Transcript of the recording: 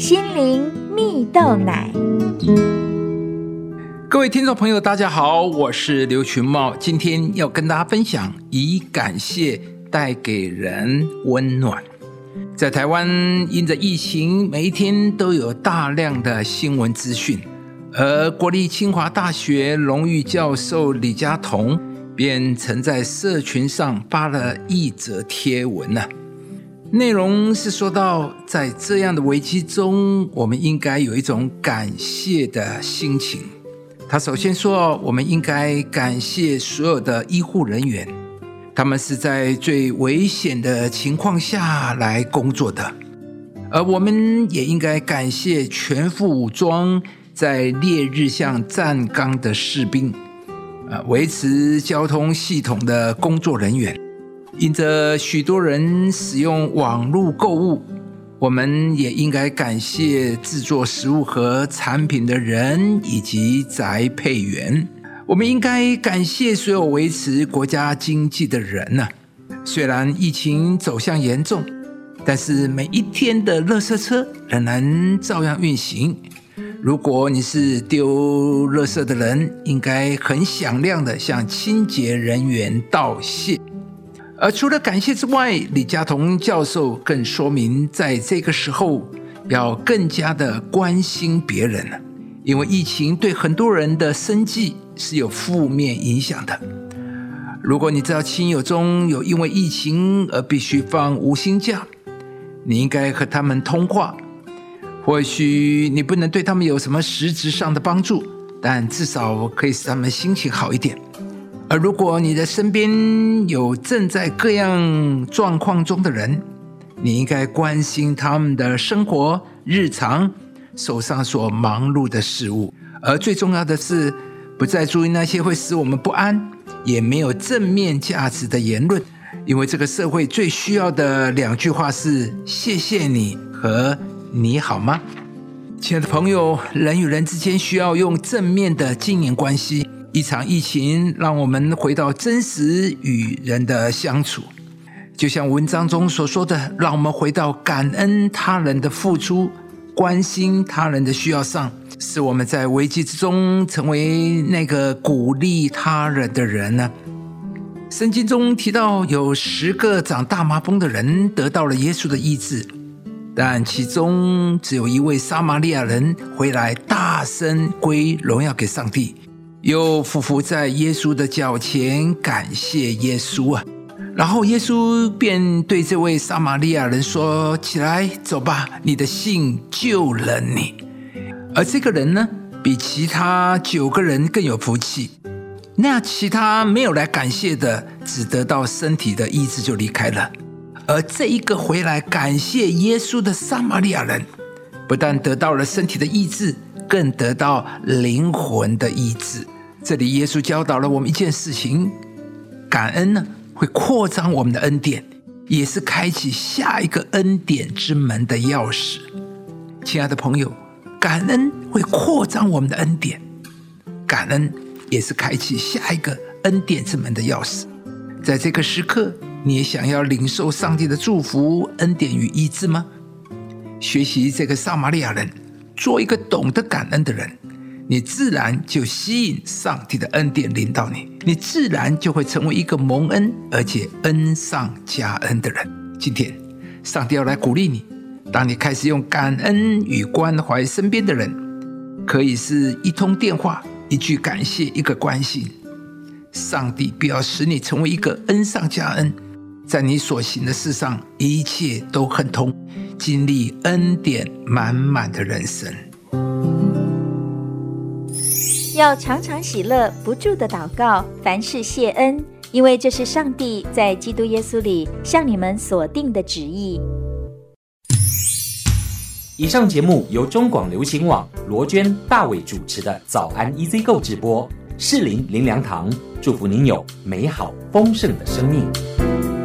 心灵蜜豆奶。 各位听众朋友大家好，我是刘群茂，今天要跟大家分享以感谢带给人温暖。在台湾因着疫情，每一天都有大量的新闻资讯，而国立清华大学荣誉教授李家同便曾在社群上发了一则贴文内容是说到，在这样的危机中，我们应该有一种感谢的心情。他首先说，我们应该感谢所有的医护人员，他们是在最危险的情况下来工作的，而我们也应该感谢全副武装在烈日下站岗的士兵，维持交通系统的工作人员。因着许多人使用网络购物，我们也应该感谢制作食物和产品的人以及宅配员。我们应该感谢所有维持国家经济的人虽然疫情走向严重，但是每一天的垃圾车仍然照样运行。如果你是丢垃圾的人，应该很响亮的向清洁人员道谢。而除了感谢之外，李家同教授更说明，在这个时候要更加的关心别人，因为疫情对很多人的生计是有负面影响的。如果你知道亲友中有因为疫情而必须放无薪假，你应该和他们通话。或许你不能对他们有什么实质上的帮助，但至少可以使他们心情好一点。而如果你的身边有正在各样状况中的人，你应该关心他们的生活、日常、手上所忙碌的事物。而最重要的是，不再注意那些会使我们不安，也没有正面价值的言论。因为这个社会最需要的两句话是谢谢你和你好吗？亲爱的朋友，人与人之间需要用正面的经营关系。一场疫情让我们回到真实与人的相处，就像文章中所说的，让我们回到感恩他人的付出，关心他人的需要上，使我们在危机之中成为那个鼓励他人的人圣经中提到有10个长大麻风的人得到了耶稣的医治，但其中只有一位撒玛利亚人回来大声归荣耀给上帝，又俯伏在耶稣的脚前感谢耶稣然后耶稣便对这位撒玛利亚人说，起来走吧，你的信救了你。而这个人呢，比其他9个人更有福气。那其他没有来感谢的，只得到身体的医治就离开了。而这一个回来感谢耶稣的撒玛利亚人，不但得到了身体的医治，更得到灵魂的医治。这里耶稣教导了我们一件事情，感恩呢会扩张我们的恩典，也是开启下一个恩典之门的钥匙。亲爱的朋友，感恩会扩张我们的恩典，感恩也是开启下一个恩典之门的钥匙。在这个时刻，你也想要领受上帝的祝福、恩典与医治吗？学习这个撒玛利亚人，做一个懂得感恩的人，你自然就吸引上帝的恩典临到你，你自然就会成为一个蒙恩而且恩上加恩的人。今天上帝要来鼓励你，当你开始用感恩与关怀身边的人，可以是一通电话、一句感谢、一个关心，上帝必要使你成为一个恩上加恩，在你所行的事上一切都亨通，经历恩典满满的人生。 要常常喜乐，不住的祷告，凡事谢恩，因为这是上帝在基督耶稣里向你们所定的旨意。 以上节目由中广流行网罗娟、大伟主持的早安 EZ 购直播，士林灵粮堂祝福您有美好丰盛的生命。